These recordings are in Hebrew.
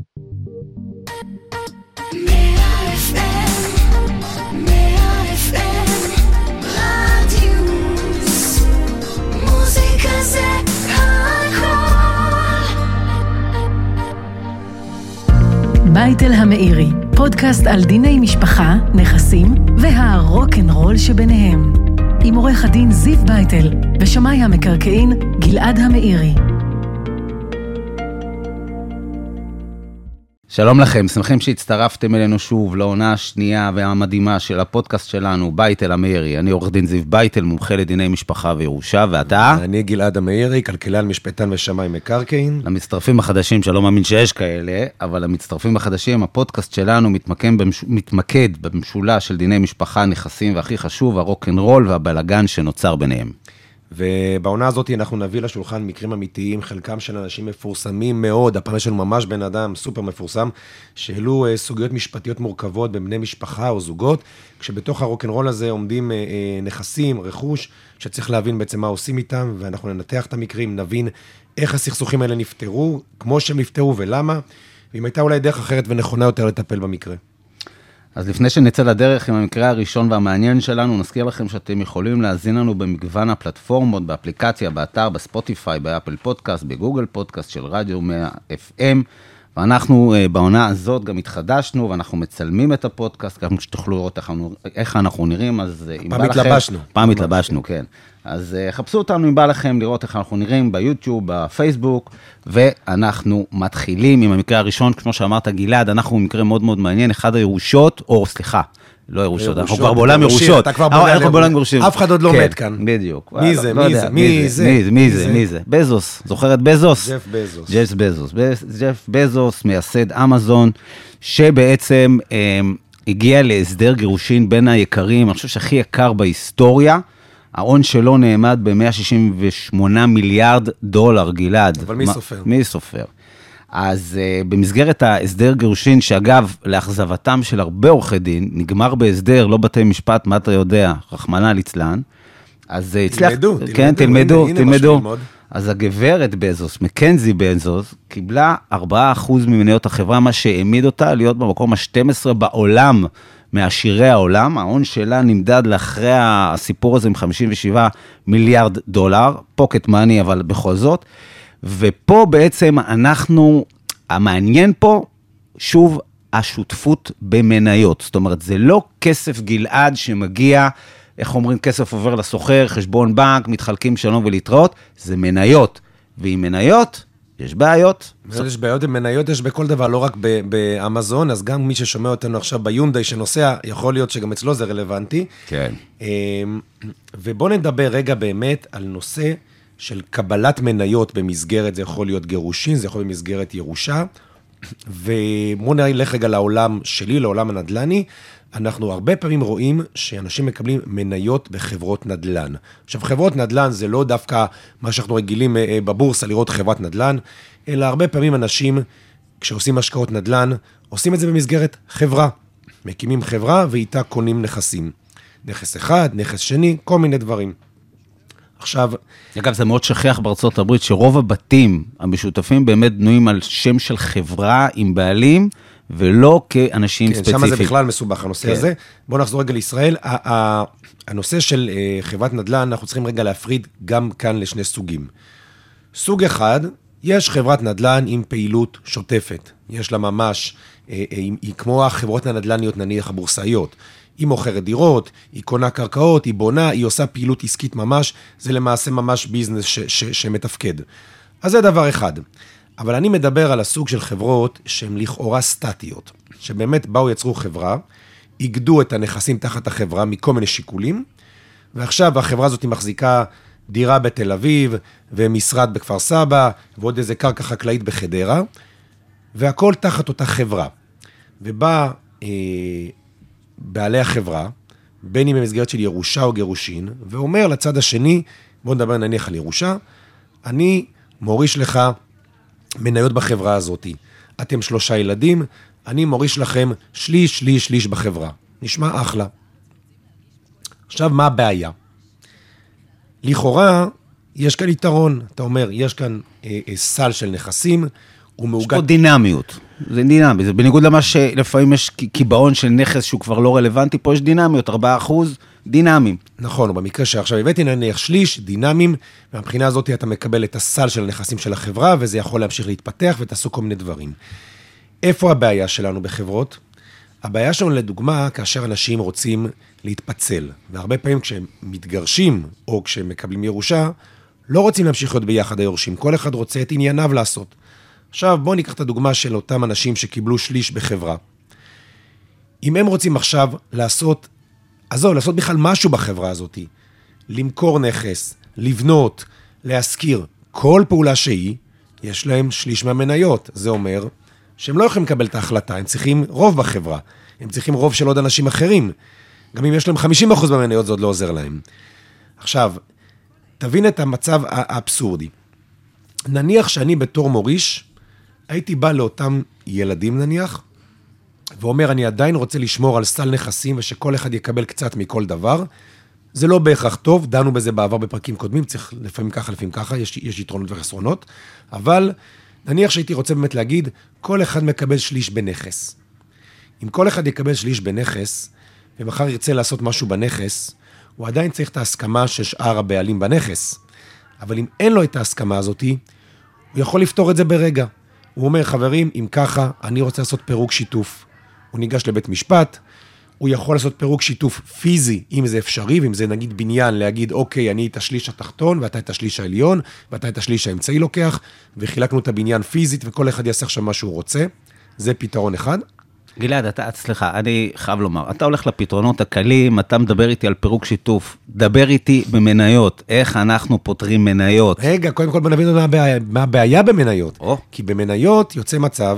בייטל המאירי, פודקאסט על דיני משפחה, נכסים והרוק'נ'רול שביניהם. עם עורך הדין זיו בייטל ושמאי המקרקעין גלעד המאירי. שלום לכם, שמחים שהצטרפתם אלינו שוב לעונה השנייה והמדהימה של הפודקאסט שלנו, בייטל המאירי. אני עורך דין זיו בייטל, מומחה לדיני משפחה וירושה, ואתה? אני גלעד המאירי, כלכלן, משפטן ושמאי מקרקעין. למצטרפים החדשים, שלא מאמין שיש כאלה, אבל למצטרפים החדשים, הפודקאסט שלנו מתמקד במשולש של דיני משפחה, נכסים, והכי חשוב, הרוק'נ'רול והבלגן שנוצר ביניהם. ובעונה הזאת אנחנו נביא לשולחן מקרים אמיתיים, חלקם של אנשים מפורסמים מאוד, הפעם שלנו ממש בן אדם סופר מפורסם, שהעלו סוגיות משפטיות מורכבות בין בני משפחה או זוגות, כשבתוך הרוק'נ'רול הזה עומדים נכסים, רכוש, שצריך להבין בעצם מה עושים איתם, ואנחנו ננתח את המקרים, נבין איך הסכסוכים האלה נפתרו, כמו שהם נפתרו ולמה, ואם הייתה אולי דרך אחרת ונכונה יותר לטפל במקרה. אז לפני שנצא לדרך עם המקרה הראשון והמעניין שלנו, נזכיר לכם שאתם יכולים להזין לנו במגוון הפלטפורמות, באפליקציה, באתר, בספוטיפיי, באפל פודקאסט, בגוגל פודקאסט של רדיו 100 FM, ואנחנו בעונה הזאת גם התחדשנו, ואנחנו מצלמים את הפודקאסט, גם שתוכלו לראות איך אנחנו נראים, אז פעם התלבשנו, כן. אז חפשו אותנו אם בא לכם לראות איך אנחנו נראים ביוטיוב, בפייסבוק, ואנחנו מתחילים עם המקרה הראשון, כמו שאמרת גלעד, אנחנו במקרה מאוד מאוד מעניין, אחד הירושות, או סליחה, לא ירושות, אנחנו כבר בעולם ירושות. אנחנו בעולם ירושות. אף אחד עוד לא מת כאן. בדיוק. מי זה? בזוס. זוכרת בזוס? ג'ף בזוס. ג'ף בזוס, מייסד אמזון, שבעצם הגיע להסדר גירושין בין היקרים, אני חושב שהכי יקר בהיסטוריה, ההון שלו נעמד ב$168 מיליארד, גלעד. אבל מי סופר? מי סופר? אז במסגרת ההסדר גירושין, שאגב, לאכזבתם של הרבה עורכי דין, נגמר בהסדר, לא בתי משפט, מה אתה יודע, רחמנא ליצלן, אז תלמדו. אז הגברת בזוס, מקנזי בזוס, קיבלה 4% ממניות החברה, מה שהעמיד אותה להיות במקום ה-12 בעולם, מעשירי העולם, ההון שלה נמדד לאחרי הסיפור הזה עם $57 מיליארד, פוקט מאני, אבל בכל זאת, ופה בעצם המעניין פה, שוב, השותפות במניות, זאת אומרת, זה לא כסף גלעד שמגיע, איך אומרים, כסף עובר לסוחר, חשבון בנק, מתחלקים שלום ולהתראות, זה מניות, ועם מניות, יש בעיות. יש בעיות עם מניות, יש בכל דבר, לא רק באמזון, אז גם מי ששומע אותנו עכשיו ביונדאי שנוסע, יכול להיות שגם אצלו זה רלוונטי. כן. ובוא נדבר רגע באמת על נושא של קבלת מניות במסגרת, זה יכול להיות גירושין, זה יכול להיות במסגרת ירושה, ובוא נלך רגע לעולם שלי, לעולם הנדל"ני, אנחנו הרבה פעמים רואים שאנשים מקבלים מניות בחברות נדל"ן. עכשיו, חברות נדל"ן זה לא דווקא מה שאנחנו רגילים בבורסה לראות חברת נדל"ן, אלא הרבה פעמים אנשים, כשעושים השקעות נדל"ן, עושים את זה במסגרת חברה. מקימים חברה ואיתה קונים נכסים. נכס אחד, נכס שני, כל מיני דברים. עכשיו, אגב, זה מאוד שכיח בארצות הברית, שרוב הבתים המשותפים באמת בנויים על שם של חברה עם בעלים, ולא כאנשים ספציפיים. שם זה בכלל מסובך, הנושא הזה. בואו נחזור רגע לישראל. הנושא של חברת נדל"ן, אנחנו צריכים רגע להפריד גם כאן לשני סוגים. סוג אחד, יש חברת נדל"ן עם פעילות שוטפת. יש לה ממש, היא כמו החברות הנדל"ניות נניח הבורסאיות. היא מוכרת דירות, היא קונה קרקעות, היא בונה, היא עושה פעילות עסקית ממש, זה למעשה ממש ביזנס שמתפקד. אז זה דבר אחד. אבל אני מדבר על הסוג של חברות שהן לכאורה סטטיות, שבאמת באו יצרו חברה, יגדו את הנכסים תחת החברה מכל מיני שיקולים, ועכשיו החברה הזאת מחזיקה דירה בתל אביב, ומשרד בכפר סבא, ועוד איזה קרקע חקלאית בחדרה, והכל תחת אותה חברה. ובא בעלי החברה, בין אם במסגרת של ירושה או גירושין, ואומר לצד השני, בוא נדבר נניח על ירושה, אני מוריש לך מניות בחברה הזאת. אתם 3 ילדים, אני מוריש לכם שליש בחברה. נשמע אחלה. עכשיו, מה הבעיה? לכאורה, יש כאן יתרון. אתה אומר, יש כאן סל של נכסים, יש פה דינמיות. זה דינמי, זה בניגוד למה שלפעמים יש קיבעון של נכס שהוא כבר לא רלוונטי, פה יש דינמיות, 4% דינמיים. נכון, ובמקרה שעכשיו הבאתי נניח שליש, דינמיים, ומבחינה הזאת אתה מקבל את הסל של הנכסים של החברה, וזה יכול להמשיך להתפתח ותעשו כל מיני דברים. איפה הבעיה שלנו בחברות? הבעיה שלנו לדוגמה, כאשר אנשים רוצים להתפצל, והרבה פעמים כשהם מתגרשים, או כשהם מקבלים ירושה, לא רוצים להמשיך להיות ביחד היורשים, כל אחד רוצה את ענייניו לעשות. עכשיו בואו ניקח את הדוגמה של אותם אנשים שקיבלו שליש בחברה. אם הם רוצים עכשיו לעשות בכלל משהו בחברה הזאת, למכור נכס, לבנות, להשכיר, כל פעולה שהיא, יש להם שליש מהמניות. זה אומר שהם לא יכולים לקבל את ההחלטה, הם צריכים רוב בחברה, הם צריכים רוב של עוד אנשים אחרים. גם אם יש להם 50% מהמניות, זה עוד לא עוזר להם. עכשיו, תבין את המצב האבסורדי. נניח שאני בתור מוריש, הייתי בא לאותם ילדים נניח, ואומר, אני עדיין רוצה לשמור על סל נכסים, ושכל אחד יקבל קצת מכל דבר. זה לא בהכרח טוב, דנו בזה בעבר בפרקים קודמים, צריך לפעמים ככה, יש יתרונות וחסרונות, אבל נניח שהייתי רוצה באמת להגיד, כל אחד מקבל שליש בנכס. אם כל אחד יקבל שליש בנכס, ומחר ירצה לעשות משהו בנכס, הוא עדיין צריך את ההסכמה של שאר הבעלים בנכס. אבל אם אין לו את ההסכמה הזאת, הוא יכול לפתור את זה ברגע. הוא אומר, חברים, אם ככה, אני רוצה לעשות פירוק שיתוף. הוא ניגש לבית משפט, הוא יכול לעשות פירוק שיתוף פיזי, אם זה אפשרי, ואם זה נגיד בניין, להגיד, אוקיי, אני את השליש התחתון, ואתה את השליש העליון, ואתה את השליש האמצעי לוקח, וחילקנו את הבניין פיזית, וכל אחד יעשה עכשיו מה שהוא רוצה. זה פתרון אחד. גלעד, סליחה, אני חייב לומר, אתה הולך לפתרונות הקלים, אתה מדבר איתי על פירוק שיתוף, דבר איתי במניות, איך אנחנו פותרים מניות. רגע, קודם כל בוא נבין מה הבעיה במניות. כי במניות יוצא מצב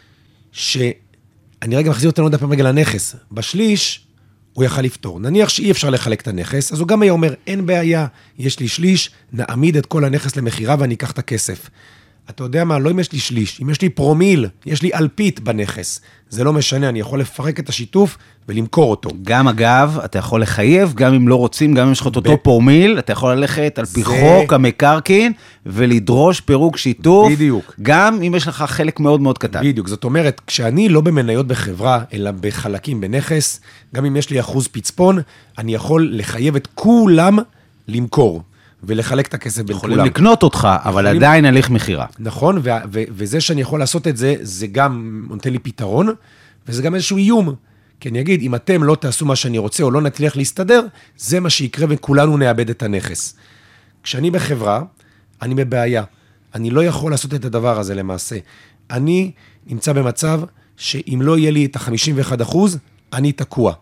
אני רגע מחזיר אותנו עוד פעם רגע לנכס. בשליש הוא יכל לפתור. נניח שאי אפשר לחלק את הנכס, אז הוא גם היה אומר, אין בעיה, יש לי שליש, נעמיד את כל הנכס למחירה ואני אקח את הכסף. אתה יודע מה, לא אם יש לי שליש, אם יש לי פרומיל, יש לי אלפית בנכס, זה לא משנה, אני יכול לפרק את השיתוף ולמכור אותו. גם אגב, אתה יכול לחייב, גם אם לא רוצים, גם אם יש לך אותו פרומיל, אתה יכול ללכת על פי חוק המקרקעין, ולדרוש פירוק שיתוף, בדיוק. גם אם יש לך חלק מאוד מאוד קטן. בדיוק, זאת אומרת, כשאני לא במניות בחברה, אלא בחלקים בנכס, גם אם יש לי אחוז פצפון, אני יכול לחייב את כולם למכור. ולחלק את הכסף בין כולם. יכולים לקנות אותך, אבל עדיין הליך מחירה. נכון, וזה שאני יכול לעשות את זה, זה גם נותן לי פתרון, וזה גם איזשהו איום. כי אני אגיד, אם אתם לא תעשו מה שאני רוצה, או לא נצליח להסתדר, זה מה שיקרה וכולנו נאבד את הנכס. כשאני בחברה, אני בבעיה. אני לא יכול לעשות את הדבר הזה למעשה. אני נמצא במצב שאם לא יהיה לי את ה-51%, אני תקוע.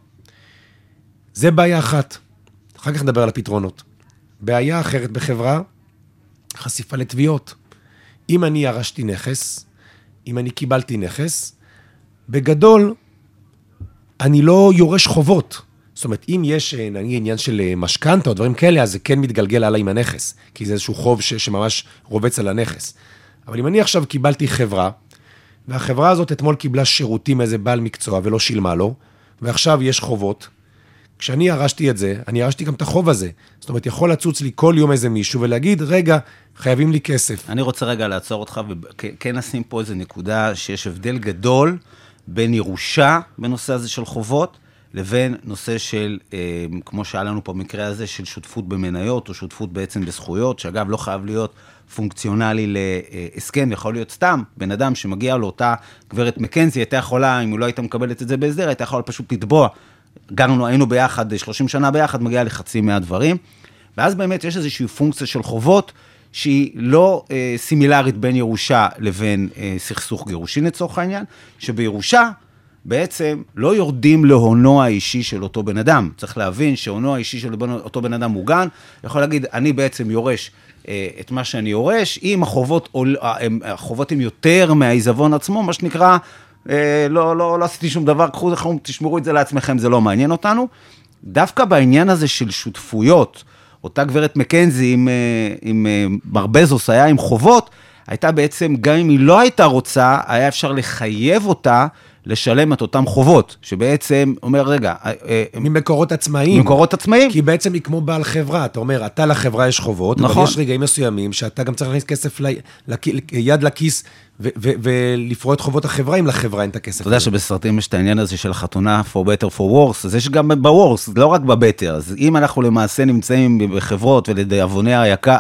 זה בעיה אחת. אחר כך נדבר על הפתרונות. בעיה אחרת בחברה, חשיפה לתביעות. אם אני ירשתי נכס, אם אני קיבלתי נכס, בגדול, אני לא יורש חובות. זאת אומרת, אם יש עניין של משכנתא או דברים כאלה, אז זה כן מתגלגל הלאה עם הנכס, כי זה איזשהו חוב שממש רובץ על הנכס. אבל אם אני עכשיו קיבלתי חברה, והחברה הזאת אתמול קיבלה שירותים איזה בעל מקצוע ולא שילמה לו, ועכשיו יש חובות, כשאני ירשתי את זה, אני ירשתי גם את החוב הזה. זאת אומרת, יכול לצוץ לי כל יום איזה מישהו ולהגיד, רגע, חייבים לי כסף. אני רוצה רגע לעצור אותך, וכן נשים פה איזו נקודה שיש הבדל גדול בין ירושה בנושא הזה של חובות, לבין נושא של, כמו שהיה לנו פה במקרה הזה, של שותפות במניות, או שותפות בעצם בזכויות, שאגב לא חייב להיות פונקציונלי להסכם, יכול להיות סתם, בן אדם שמגיע לאותה גברת מקנזי, הייתה יכולה, אם הוא לא הייתה מקבלת את זה בהסדר, הייתה יכולה פשוט לתבוע. היינו ביחד, 30 שנה ביחד, מגיע לחצי מהדברים, ואז באמת יש איזושהי פונקציה של חובות, שהיא לא סימילרית בין ירושה לבין סכסוך גירושין לצורך העניין, שבירושה בעצם לא יורדים להונו האישי של אותו בן אדם. צריך להבין שהונו האישי של אותו בן אדם מוגן, יכול להגיד, אני בעצם יורש את מה שאני יורש, אם החובות הם יותר מהעיזבון עצמו, מה שנקרא, לא עשיתי שום דבר, קחו לכם, תשמרו את זה לעצמכם, זה לא מעניין אותנו. דווקא בעניין הזה של שותפויות, אותה גברת מקנזי עם מר בזוס היה עם חובות, הייתה בעצם, גם אם היא לא הייתה רוצה, היה אפשר לחייב אותה לשלם את אותם חובות, שבעצם אומר, רגע... ממקורות עצמאיים. ממקורות עצמאיים. כי בעצם היא כמו בעל חברה, אתה אומר, אתה לחברה יש חובות, נכון. אבל יש רגעים מסוימים שאתה גם צריך להכניס כסף יד לכיס, ולפרוע את חובות החברה, אם לחברה אין את הכסף. אתה יודע שבסרטים יש את העניין הזה של החתונה for better for worse, אז יש גם ב-worse, לא רק בbetter, אז אם אנחנו למעשה נמצאים בחברות, ולדאבוני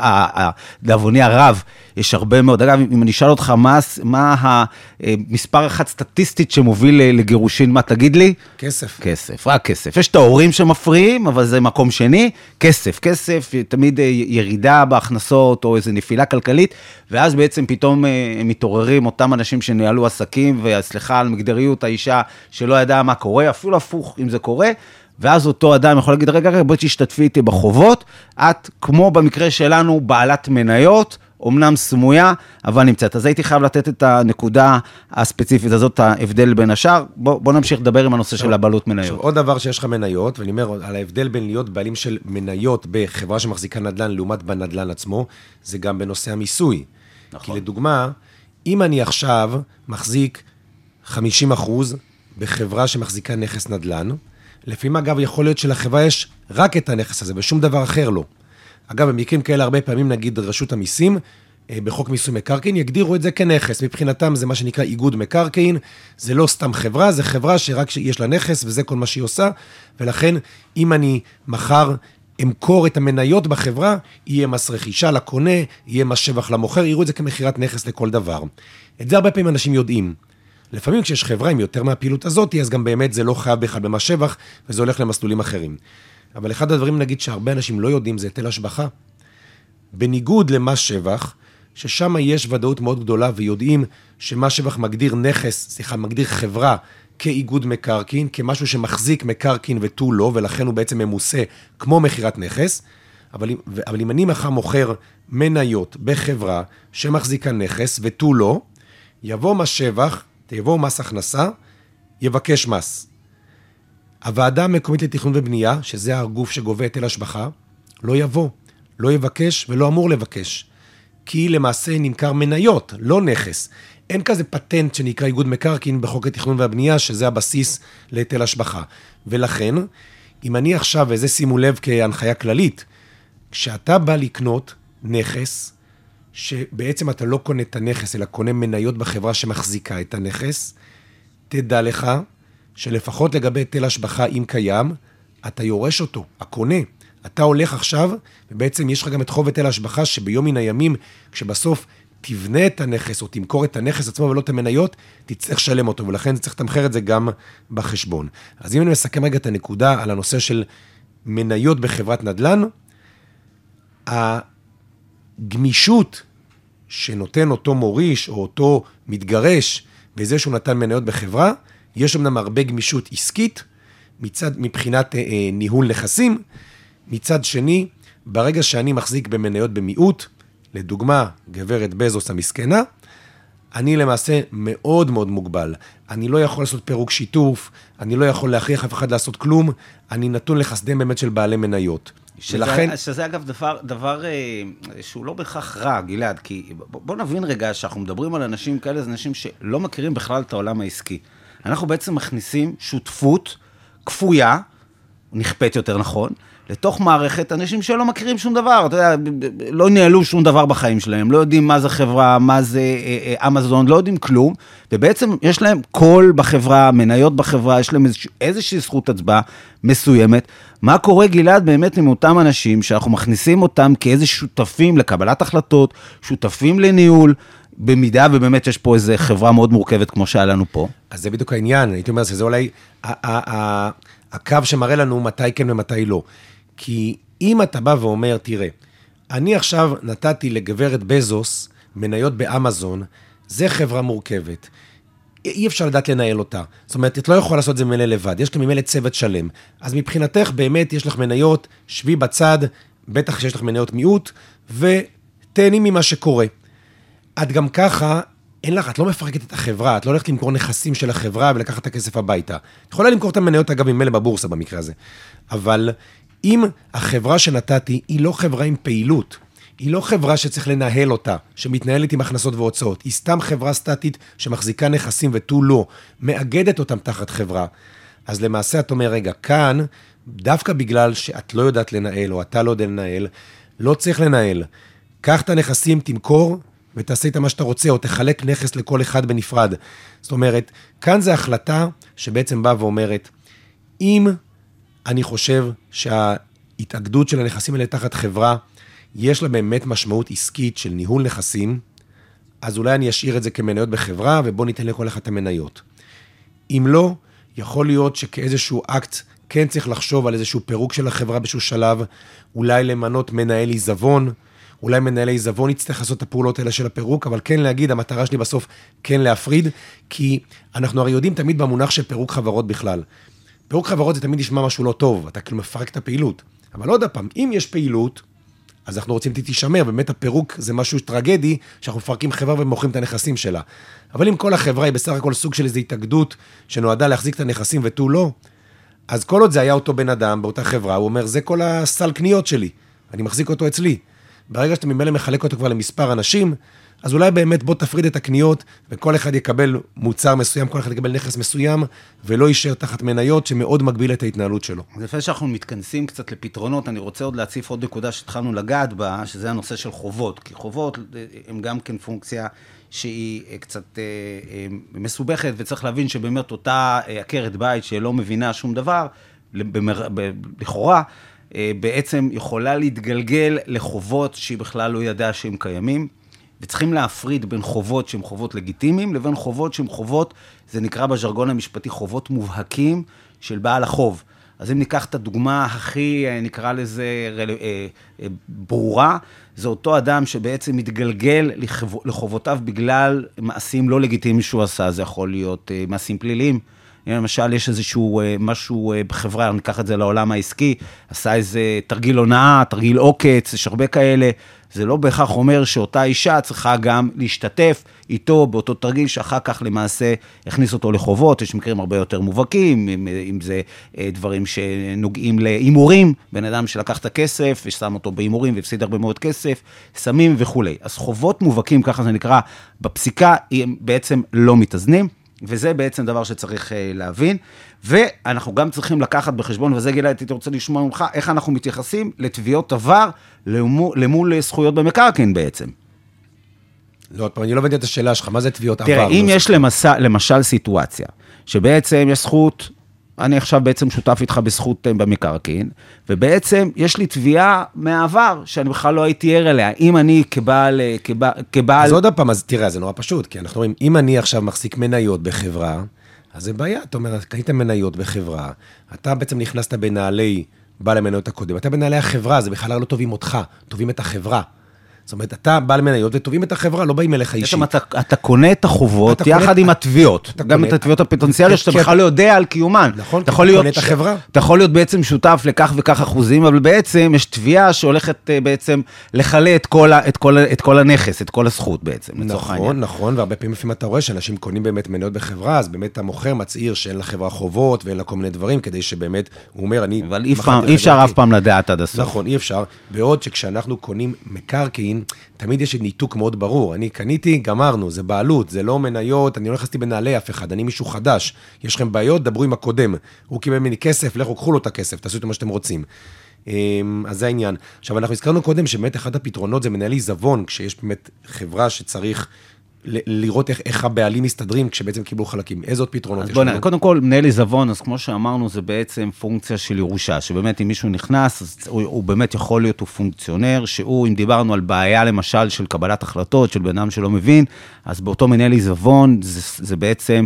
הרב, יש הרבה מאוד, אגב, אם אני אשאל אותך, מה המספר אחד סטטיסטית שמוביל לגירושין, מה תגיד לי? כסף. כסף, רק כסף. יש את ההורים שמפריעים, אבל זה מקום שני, כסף, תמיד ירידה בהכנסות, או איזו נפילה כלכלית, ואז בעצם פתאום מתעוררים אותם אנשים שניהלו עסקים, וסליחה על מגדריות האישה שלא ידעה מה קורה, אפילו הפוך אם זה קורה, ואז אותו אדם יכול להגיד, רגע, בואי תשתתפי איתי בחובות, את כמו במקרה שלנו בעלת מניות, אומנם סמויה, אבל נמצאת. אז הייתי חייב לתת את הנקודה הספציפית הזאת, ההבדל בין השאר. בוא נמשיך לדבר עם הנושא של הבעלות מניות. עוד דבר שיש לך מניות, ואני אומר על ההבדל בין להיות בעלים של מניות בחברה שמחזיקה נדל"ן, לעומת בנדל"ן עצמו, זה גם בנושא המיסוי. נכון. כי לדוגמה, אם אני עכשיו מחזיק 50% בחברה שמחזיקה נכס נדל"ן, לפעמים אגב יכול להיות שלחברה יש רק את הנכס הזה, ושום דבר אחר לא. אגב, במקרים כאלה הרבה פעמים נגיד רשות המיסים, בחוק מיסוי מקרקעין, יגדירו את זה כנכס. מבחינתם זה מה שנקרא איגוד מקרקעין, זה לא סתם חברה, זה חברה שרק יש לה נכס, וזה כל מה שהיא עושה, ולכן אם אני מחר אמכור את המניות בחברה, יהיה מס רכישה לקונה, יהיה מס שבח למוכר, יראו את זה כמחירת נכס לכל דבר. את זה הרבה פעמים אנשים יודעים. לפעמים כשיש חברה עם יותר מהפעילות הזאת, אז גם באמת זה לא חייב בכלל במס שבח, וזה הולך למסלולים אחרים. אבל אחד הדברים נגיד שהרבה אנשים לא יודעים זה היטל השבחה. בניגוד למס שבח, ששם יש ודאות מאוד גדולה ויודעים שמס שבח מגדיר מגדיר חברה כאיגוד מקרקעין, כמשהו שמחזיק מקרקעין ותו לא, ולכן הוא בעצם ממוסה כמו מחירת נכס, אבל אם אני מחר מוכר מניות בחברה שמחזיקה נכס ותו לא, יבוא מס שבח, יבוא מס הכנסה, יבקש מס. הוועדה המקומית לתכנון ובנייה, שזה הגוף שגובה היטל השבחה, לא יבוא, לא יבקש ולא אמור לבקש. כי למעשה נמכר מניות, לא נכס. אין כזה פטנט שנקרא איגוד מקרקעין בחוק התכנון והבנייה, שזה הבסיס להיטל השבחה. ולכן, אם אני עכשיו, וזה שימו לב כהנחיה כללית, כשאתה בא לקנות נכס, שבעצם אתה לא קונה את הנכס, אלא קונה מניות בחברה שמחזיקה את הנכס, תדע לך שלפחות לגבי היטל השבחה, אם קיים, אתה יורש אותו, הקונה. אתה הולך עכשיו, ובעצם יש לך גם את חוב היטל השבחה, שביום מן הימים, כשבסוף תבנה את הנכס, או תמכור את הנכס עצמו ולא את המניות, תצטרך לשלם אותו, ולכן צריך לתמחר את זה גם בחשבון. אז אם אני מסכם רגע את הנקודה על הנושא של מניות בחברת נדל"ן, הגמישות שנותן אותו מוריש, או אותו מתגרש, בזה שהוא נתן מניות בחברה, יש אמנם הרבה גמישות עסקית, מבחינת ניהול נכסים, מצד שני, ברגע שאני מחזיק במניות במיעוט, לדוגמה, גברת בזוס המסכנה, אני למעשה מאוד מאוד מוגבל. אני לא יכול לעשות פירוק שיתוף, אני לא יכול להכריח אף אחד לעשות כלום, אני נתון לחסדיהם באמת של בעלי מניות. שזה אגב דבר שהוא לא בכך רע, גלעד, כי בוא נבין רגע שאנחנו מדברים על אנשים כאלה, זה אנשים שלא מכירים בכלל את העולם העסקי. אנחנו בעצם מכניסים שותפות כפויה, נכפית יותר נכון, לתוך מערכת אנשים שלא מכירים שום דבר, אתה יודע, לא ניהלו שום דבר בחיים שלהם, לא יודעים מה זה חברה, מה זה אמזון, לא יודעים כלום, ובעצם יש להם קול בחברה, מניות בחברה, יש להם איזושהי זכות הצבעה מסוימת. מה קורה, גלעד, באמת עם אותם אנשים שאנחנו מכניסים אותם כאיזה שותפים לקבלת החלטות, שותפים לניהול, במידה ובאמת יש פה איזו חברה מאוד מורכבת כמו שהיה לנו פה. אז זה בדיוק העניין, הייתי אומר, שזה אולי הקו שמראה לנו מתי כן ומתי לא. כי אם אתה בא ואומר, תראה, אני עכשיו נתתי לגברת בזוס מניות באמזון, זה חברה מורכבת. אי אפשר לדעת לנהל אותה. זאת אומרת, את לא יכולה לעשות את זה ממילא לבד. יש לך ממילא צוות שלם. אז מבחינתך באמת יש לך מניות, שבי בצד, בטח שיש לך מניות מיעוט, ותהני ממה שקורה. את גם ככה, אין לך, את לא מפרקת את החברה, את לא הולכת למכור נכסים של החברה ולקחת את הכסף הביתה. את יכולה למכור את המניות, אגב, ממילא בבורסה במקרה הזה. אבל אם החברה שנתתי היא לא חברה עם פעילות, היא לא חברה שצריך לנהל אותה, שמתנהלת עם הכנסות והוצאות, היא סתם חברה סטטית שמחזיקה נכסים ותו לא, מאגדת אותם תחת חברה. אז למעשה את אומר, רגע, כאן, דווקא בגלל שאת לא יודעת לנהל, או אתה לא יודע לנהל, לא צריך לנהל. קח את הנכסים, תמכור, ותעשה איתה מה שאתה רוצה, או תחלק נכס לכל אחד בנפרד. זאת אומרת, כאן זה החלטה שבעצם באה ואומרת, אם אני חושב שההתאגדות של הנכסים האלה תחת חברה, יש לה באמת משמעות עסקית של ניהול נכסים, אז אולי אני אשאיר את זה כמניות בחברה, ובוא ניתן לכל אחד את המניות. אם לא, יכול להיות שכאיזשהו אקט, כן צריך לחשוב על איזשהו פירוק של החברה באיזשהו שלב, אולי למנות מנהל עיזבון, אולי מנהל עיזבון יצטרך לעשות את הפעולות האלה של הפירוק, אבל כן להגיד, המטרה שלי בסוף כן להפריד, כי אנחנו הרי יודעים תמיד במונח של פירוק חברות בכלל. פירוק חברות זה תמיד נשמע משהו לא טוב, אתה כאילו מפרק את הפעילות. אבל עוד פעם, אם יש פעילות, אז אנחנו רוצים תישמר, באמת הפירוק זה משהו טרגדי, שאנחנו מפרקים חברה ומוכרים את הנכסים שלה. אבל אם כל החברה היא בסך הכל סוג של איזו התאגדות, שנועדה להחזיק את הנכסים ותו לא, אז כל עוד זה היה אותו בן אדם באותה חברה, הוא אומר, זה כל הסל קניות שלי, אני מחזיק אותו אצלי. ברגע שאתה ממילא מחלק אותו כבר למספר אנשים, אז אולי באמת בוא תפריד את הקניות, וכל אחד יקבל מוצר מסוים, כל אחד יקבל נכס מסוים, ולא יישאר תחת מניות, שמאוד מגביל את ההתנהלות שלו. לפני שאנחנו מתכנסים קצת לפתרונות, אני רוצה עוד להציף עוד נקודה שהתחלנו לגעת בה, שזה הנושא של חובות, כי חובות הם גם כן פונקציה שהיא קצת מסובכת, וצריך להבין שבאמת אותה עקרת בית שלא מבינה שום דבר, לכאורה, בעצם יכולה להתגלגל לחובות שהיא בכלל לא ידעה שהם קיימים, וצריכים להפריד בין חובות שהם חובות לגיטימיים, לבין חובות שהם חובות, זה נקרא בז'רגון המשפטי, חובות מובהקים של בעל החוב. אז אם ניקח את הדוגמה הכי, נקרא לזה, ברורה, זה אותו אדם שבעצם מתגלגל לחובותיו בגלל מעשים לא לגיטימיים שהוא עשה, זה יכול להיות מעשים פליליים, למשל, יש איזשהו משהו בחברה, ניקח את זה לעולם העסקי, עשה איזה תרגיל הונאה, תרגיל עוקץ, יש הרבה כאלה, זה לא בהכרח אומר שאותה אישה צריכה גם להשתתף איתו באותו תרגיל, שאחר כך למעשה הכניס אותו לחובות, יש מקרים הרבה יותר מובהקים, אם זה דברים שנוגעים לאימורים, בן אדם שלקח את הכסף, ושם אותו באימורים, והפסיד הרבה מאוד כסף, סמים וכו'. אז חובות מובהקים, ככה זה נקרא, בפסיקה, הם בעצם לא מתאזנים, וזה בעצם דבר שצריך להבין, ואנחנו גם צריכים לקחת בחשבון, וזה גילה, הייתי רוצה לשמוע ממך, איך אנחנו מתייחסים לתביעות עבר למול זכויות במקרקעין בעצם. לא, אני לא מבין את השאלה שלך, מה זה תביעות עבר? תראה, אם יש למשל סיטואציה, שבעצם יש זכות, אני עכשיו בעצם שותף איתך בזכות במקרקעין, ובעצם יש לי תביעה מהעבר, שאני בכלל לא הייתי ער אליה, אם אני כבעל... אז עוד הפעם, אז תראה, זה נורא פשוט, כי אנחנו רואים, אם אני עכשיו מחזיק מניות בחברה, אז זה בעיה, אתה אומר, קנית מניות בחברה, אתה בעצם נכנסת בנעלי בעל המניות הקודם, אתה בנעלי החברה, זה בכלל לא טובים אותך, טובים את החברה. זאת אומרת, אתה בעל מניות וטובים את החברה, לא באים אליך אישית. אתה קונה את החובות יחד עם התביעות, גם את התביעות הפוטנציאליות שאתה בכלל לא יודע על קיומן. נכון, אתה קונה את החברה. אתה יכול להיות בעצם שותף לכך וכך אחוזים, אבל בעצם יש תביעה שהולכת בעצם לחלה את כל הנכס, את כל הזכות בעצם. נכון, נכון, והרבה פעמים לפעמים אתה רואה שאנשים קונים באמת מניות בחברה, אז באמת המוכר מצעיר שאין לחברה חובות ואין לה כל מיני דברים, כדי שבאמת הוא אומר, אני... אבל אי אפשר אף פעם לדעת עד הסוף. נכון, אי אפשר. בעוד שכשאנחנו קונים מקרקעין, תמיד יש ניתוק מאוד ברור. אני קניתי, גמרנו, זה בעלות, זה לא מניות, אני לא נכנסתי בנעלי אף אחד, אני מישהו חדש. יש לכם בעיות, דברו עם הקודם. הוא קיבל ממני כסף, לכו, קחו לו את הכסף, תעשו את מה שאתם רוצים. אז זה העניין. עכשיו, אנחנו הזכרנו קודם שבאמת אחד הפתרונות זה מנהל עיזבון, כשיש באמת חברה שצריך לראות איך הבעלים מסתדרים כשבעצם קיבלו חלקים. איזה עוד פתרונות יש לנו? קודם כל, מנהל עיזבון, אז כמו שאמרנו, זה בעצם פונקציה של ירושה, שבאמת אם מישהו נכנס, אז הוא באמת יכול להיות, הוא פונקציונר, שהוא, אם דיברנו על בעיה למשל של קבלת החלטות, של בן אדם שלא מבין, אז באותו מנהל עיזבון, זה בעצם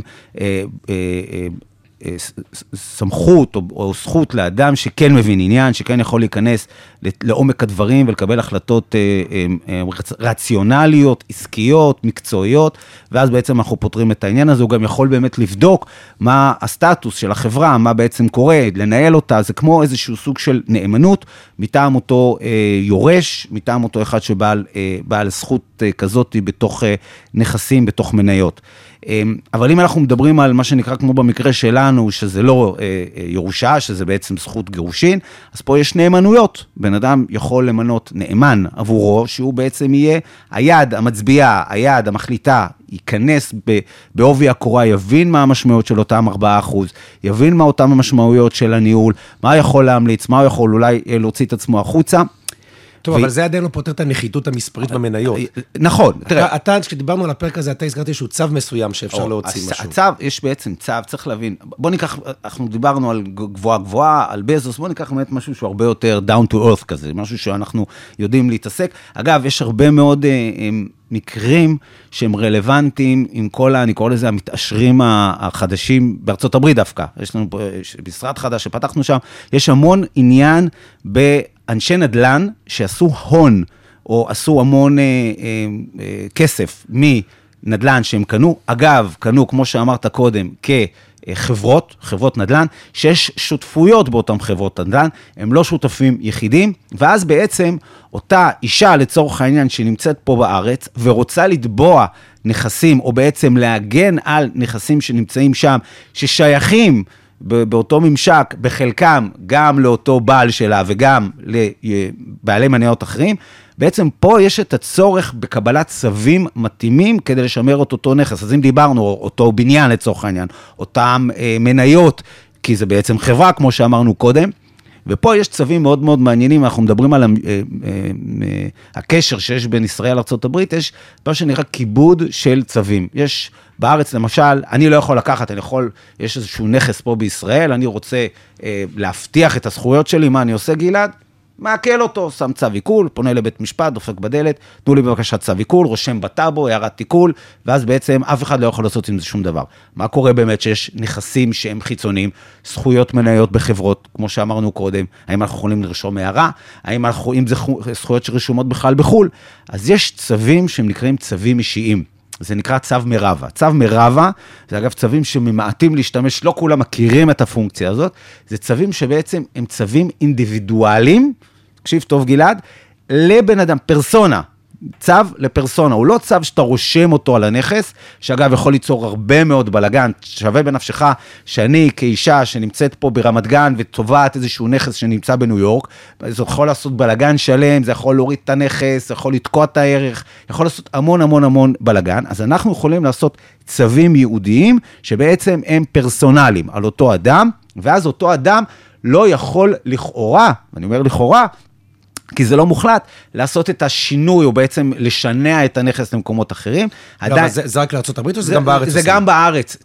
סמכות או זכות לאדם שכן מבין עניין, שכן יכול להיכנס לעומק הדברים ולקבל החלטות רציונליות, עסקיות, מקצועיות, ואז בעצם אנחנו פותרים את העניין הזה, הוא גם יכול באמת לבדוק מה הסטטוס של החברה, מה בעצם קורה, לנהל אותה, זה כמו איזשהו סוג של נאמנות, מטעם אותו יורש, מטעם אותו אחד שבעל זכות כזאת בתוך נכסים, בתוך מניות. אבל אם אנחנו מדברים על מה שנקרא כמו במקרה שלנו, שזה לא ירושה, שזה בעצם זכות גירושין, אז פה יש נאמנויות. בן אדם יכול למנות נאמן עבורו, שהוא בעצם יהיה היד המצביעה, היד המחליטה, ייכנס בעובי הקורה, יבין מה המשמעויות של אותם 4%, יבין מה אותם המשמעויות של הניהול, מה יכול להמליץ, מה הוא יכול אולי להוציא את עצמו החוצה. טוב, אבל זה עדיין לא פותר את הנחיתות המספרית במניות. נכון. אתה, כשדיברנו על הפרק הזה, אתה הזכרתי שהוא צו מסוים שאפשר להוציא משהו. הצו, יש בעצם צו, צריך להבין, בוא ניקח, אנחנו דיברנו על גבוהה, על בזוס, בוא ניקח באמת משהו שהוא הרבה יותר down to earth כזה, משהו שאנחנו יודעים להתעסק. אגב, יש הרבה מאוד מקרים שהם רלוונטיים עם כל, אני קורא לזה, המתעשרים החדשים בארצות הברית דווקא. יש לנו משרד חדש שפתחנו שם, יש המון עניין באנשי נדל"ן שעשו הון, או עשו המון כסף מנדל"ן שהם קנו. אגב, קנו, כמו שאמרת קודם, חברות נדל"ן, שיש שותפויות באותן חברות נדל"ן, הם לא שותפים יחידים, ואז בעצם אותה אישה לצורך העניין שנמצאת פה בארץ, ורוצה לתבוע נכסים, או בעצם להגן על נכסים שנמצאים שם, ששייכים באותו ממשק, בחלקם גם לאותו בעל שלה, וגם לבעלי מניות אחרים, בעצם פה יש את הצורך בקבלת צווים מתאימים כדי לשמר את אותו נכס. אז אם דיברנו, אותו בניין לצורך העניין, אותם מניות, כי זה בעצם חברה, כמו שאמרנו קודם, ופה יש צווים מאוד מאוד מעניינים, אנחנו מדברים על הקשר שיש בין ישראל לארצות הברית, יש מה שנראה כיבוד של צווים. יש בארץ למשל, אני לא יכול לקחת, יש איזשהו נכס פה בישראל, אני רוצה להבטיח את הזכויות שלי, מה אני עושה גלעד? מעכל אותו, שם צו עיקול, פונה לבית משפט, דופק בדלת, תנו לי בבקשה צו עיקול, רושם בטאבו, הערת עיקול, ואז בעצם אף אחד לא יכול לעשות עם זה שום דבר. מה קורה באמת שיש נכסים שהם חיצוניים, זכויות מניות בחברות, כמו שאמרנו קודם, האם אנחנו יכולים לרשום הערה, אם זה זכויות שרשומות בכלל בחול, אז יש צווים שהם נקראים צווים אישיים. זה נקרא צו מרבה. צו מרבה, זה אגב צווים שממעטים להשתמש, לא כולם מכירים את הפונקציה הזאת, זה צווים שבעצם הם צווים אינדיבידואליים, תקשיב טוב גלעד, לבן אדם, פרסונה, צו לפרסונה, הוא לא צו שאתה רושם אותו על הנכס, שאגב יכול ליצור הרבה מאוד בלגן, שווה בנפשך שאני כאישה שנמצאת פה ברמת גן ותובעת איזשהו נכס שנמצא בניו יורק, זה יכול לעשות בלגן שלם, זה יכול להוריד את הנכס, זה יכול לתקוע את הערך, יכול לעשות המון המון המון בלגן, אז אנחנו יכולים לעשות צווים ייעודיים שבעצם הם פרסונליים על אותו אדם, ואז אותו אדם לא יכול לכאורה, אני אומר לכאורה, כי זה לא מוחלט, לעשות את השינוי, או בעצם לשנע את הנכס למקומות אחרים. זה רק לארצות הברית, או זה גם בארץ? זה גם בארץ.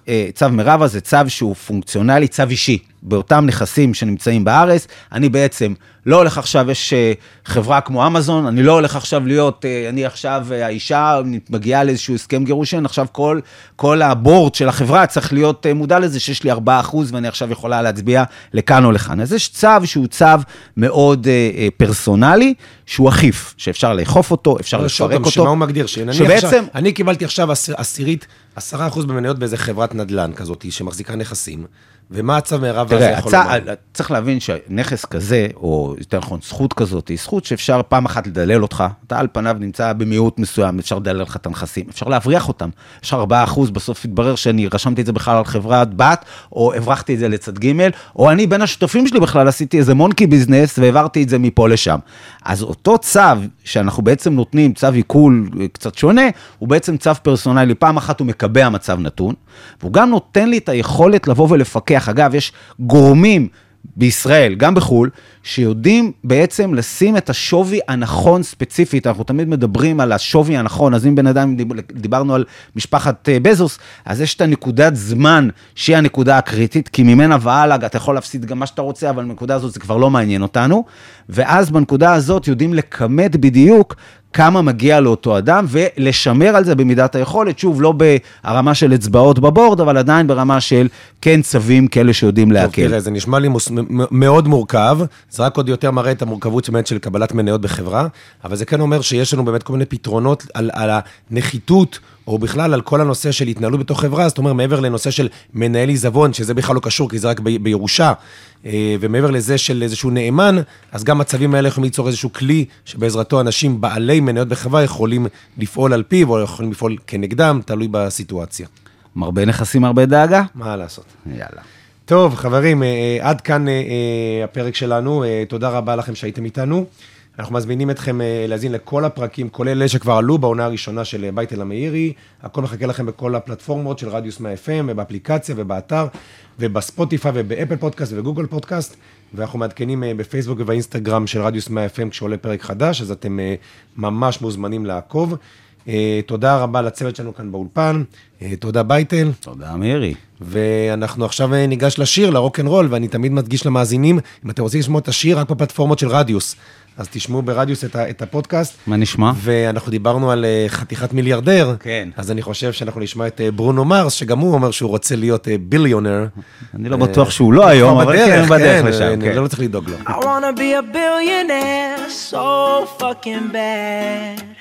צו מרבה זה צו שהוא פונקציונלי, צו אישי. באותם נכסים שנמצאים בארץ, אני בעצם לא הולך עכשיו, יש חברה כמו אמזון, אני לא הולך עכשיו להיות, אני עכשיו האישה מגיעה לאיזשהו הסכם גירושין, עכשיו כל הבורד של החברה צריך להיות מודע לזה שיש לי 4% ואני עכשיו יכולה להצביע לכאן או לכאן. אז יש צו שהוא צו מאוד פרסונלי, שהוא אכיף, שאפשר לאכוף אותו, אפשר לפרק אותו. שמה הוא מגדיר? שבעצם... אני קיבלתי עכשיו 10% במניות באיזה חברת נדל"ן כזאת, שמחזיקה נכסים, ומה הצו מרבה הזה יכול לומר? צריך להבין שנכס כזה, או יותר נכון, זכות כזאת, היא זכות שאפשר פעם אחת לדלל אותך, אתה על פניו נמצא במיעוט מסוים, אפשר לדלל לך את הנכסים, אפשר להבריח אותם, אפשר 4%, בסוף התברר שאני רשמתי את זה בכלל על חברת בת, או הברחתי את זה לצד ג', או אני בין השותפים שלי בכלל עשיתי איזה מונקי ביזנס, והעברתי את זה מפה לשם. אז אותו צו שאנחנו בעצם נותנים, צו עיקול קצת שונה, הוא בעצם צו פרסונלי, פעם אחת הוא מקבע מצב נתון, והוא גם נותן לי את היכולת לבוא ולפקח. אגב, יש גורמים בישראל, גם בחול, שיודעים בעצם לשים את השווי הנכון ספציפית, אנחנו תמיד מדברים על השווי הנכון, אז אם בן אדם דיברנו על משפחת בזוס, אז יש את הנקודת זמן שהיא הנקודה הקריטית, כי ממנה והלאה אתה יכול להפסיד גם מה שאתה רוצה, אבל בנקודה הזאת זה כבר לא מעניין אותנו, ואז בנקודה הזאת יודעים לכמת בדיוק כמה מגיע לאותו אדם, ולשמר על זה במידת היכולת, שוב, לא ברמה של אצבעות בבורד, אבל עדיין ברמה של כן צווים כאלה שיודעים להקל. תראה, זה נשמע לי מאוד מורכב, זה רק עוד יותר מראה את המורכבות באמת של קבלת מניות בחברה, אבל זה כן אומר שיש לנו באמת כל מיני פתרונות על הנחיתות, או בכלל על כל הנושא של התנהלות בתוך חברה, זאת אומרת, מעבר לנושא של מנהל עיזבון, שזה בכלל לא קשור, כי זה רק בירושה, ומעבר לזה של איזשהו נאמן, אז גם מצבים האלה יכולים ליצור איזשהו כלי, שבעזרתו אנשים בעלי מניות בחברה יכולים לפעול על פיו, או יכולים לפעול כנגדם, תלוי בסיטואציה. מרבה נכסים, הרבה דאגה? מה לעשות? יאללה. טוב, חברים, עד כאן הפרק שלנו, תודה רבה לכם שהייתם איתנו. אנחנו מזמינים אתכם להזין לכל הפרקים, כולל אלה שכבר עלו בעונה הראשונה של בייטל המאירי, הכל מחכה לכם בכל הפלטפורמות של רדיוס 100 FM, ובאפליקציה ובאתר, ובספוטיפיי ובאפל פודקאסט ובגוגל פודקאסט, ואנחנו מעדכנים בפייסבוק ובאינסטגרם של רדיוס 100 FM כשעולה פרק חדש, אז אתם ממש מוזמנים לעקוב. תודה רבה לצוות שלנו כאן באולפן, תודה בייטל. תודה מאירי. ואנחנו עכשיו ניגש לשיר, לרוק'נ'רול, ואני תמיד מדגיש למאזינים, אם אתם רוצים לשמוע את השיר רק בפלטפורמות של רדיוס, אז תשמעו ברדיוס את הפודקאסט. מה נשמע? ואנחנו דיברנו על חתיכת מיליארדר. כן. אז אני חושב שאנחנו נשמע את ברונו מרס, שגם הוא אומר שהוא רוצה להיות ביליונר. אני לא בטוח שהוא לא היום, אבל כן, בדרך לשם. אני לא צריך לדאוג לו. I wanna be a billionaire so fucking bad.